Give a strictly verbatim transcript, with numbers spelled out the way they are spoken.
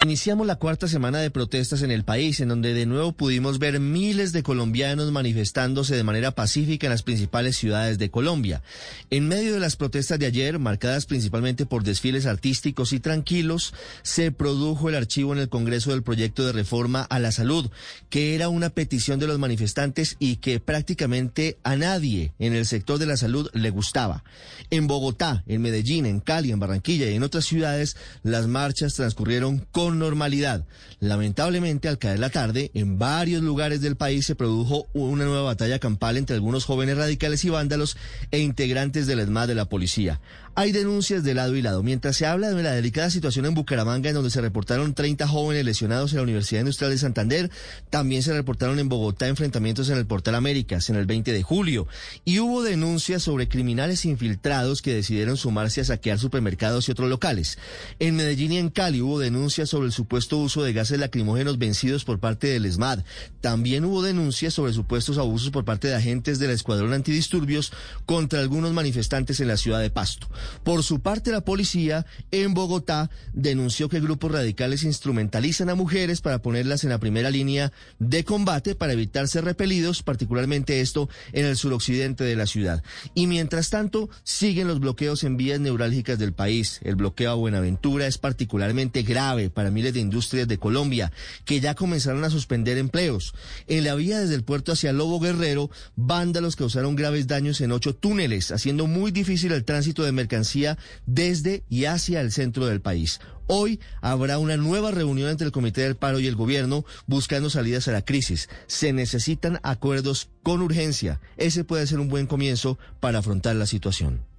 Iniciamos la cuarta semana de protestas en el país, en donde de nuevo pudimos ver miles de colombianos manifestándose de manera pacífica en las principales ciudades de Colombia. En medio de las protestas de ayer, marcadas principalmente por desfiles artísticos y tranquilos, se produjo el archivo en el Congreso del proyecto de reforma a la salud, que era una petición de los manifestantes y que prácticamente a nadie en el sector de la salud le gustaba. En Bogotá, en Medellín, en Cali, en Barranquilla y en otras ciudades, las marchas transcurrieron con normalidad. Lamentablemente, al caer la tarde, en varios lugares del país se produjo una nueva batalla campal entre algunos jóvenes radicales y vándalos e integrantes del ESMAD de la policía. Hay denuncias de lado y lado. Mientras se habla de la delicada situación en Bucaramanga, en donde se reportaron treinta jóvenes lesionados en la Universidad Industrial de Santander, también se reportaron en Bogotá enfrentamientos en el Portal Américas en el veinte de julio. Y hubo denuncias sobre criminales infiltrados que decidieron sumarse a saquear supermercados y otros locales. En Medellín y en Cali hubo denuncias sobre el supuesto uso de gases lacrimógenos vencidos por parte del ESMAD. También hubo denuncias sobre supuestos abusos por parte de agentes del Escuadrón Antidisturbios contra algunos manifestantes en la ciudad de Pasto. Por su parte, la policía en Bogotá denunció que grupos radicales instrumentalizan a mujeres para ponerlas en la primera línea de combate para evitar ser repelidos, particularmente esto en el suroccidente de la ciudad. Y mientras tanto, siguen los bloqueos en vías neurálgicas del país. El bloqueo a Buenaventura es particularmente grave para miles de industrias de Colombia, que ya comenzaron a suspender empleos. En la vía desde el puerto hacia Lobo Guerrero, vándalos causaron graves daños en ocho túneles, haciendo muy difícil el tránsito de mercancías desde y hacia el centro del país. Hoy habrá una nueva reunión entre el Comité del Paro y el gobierno buscando salidas a la crisis. Se necesitan acuerdos con urgencia. Ese puede ser un buen comienzo para afrontar la situación.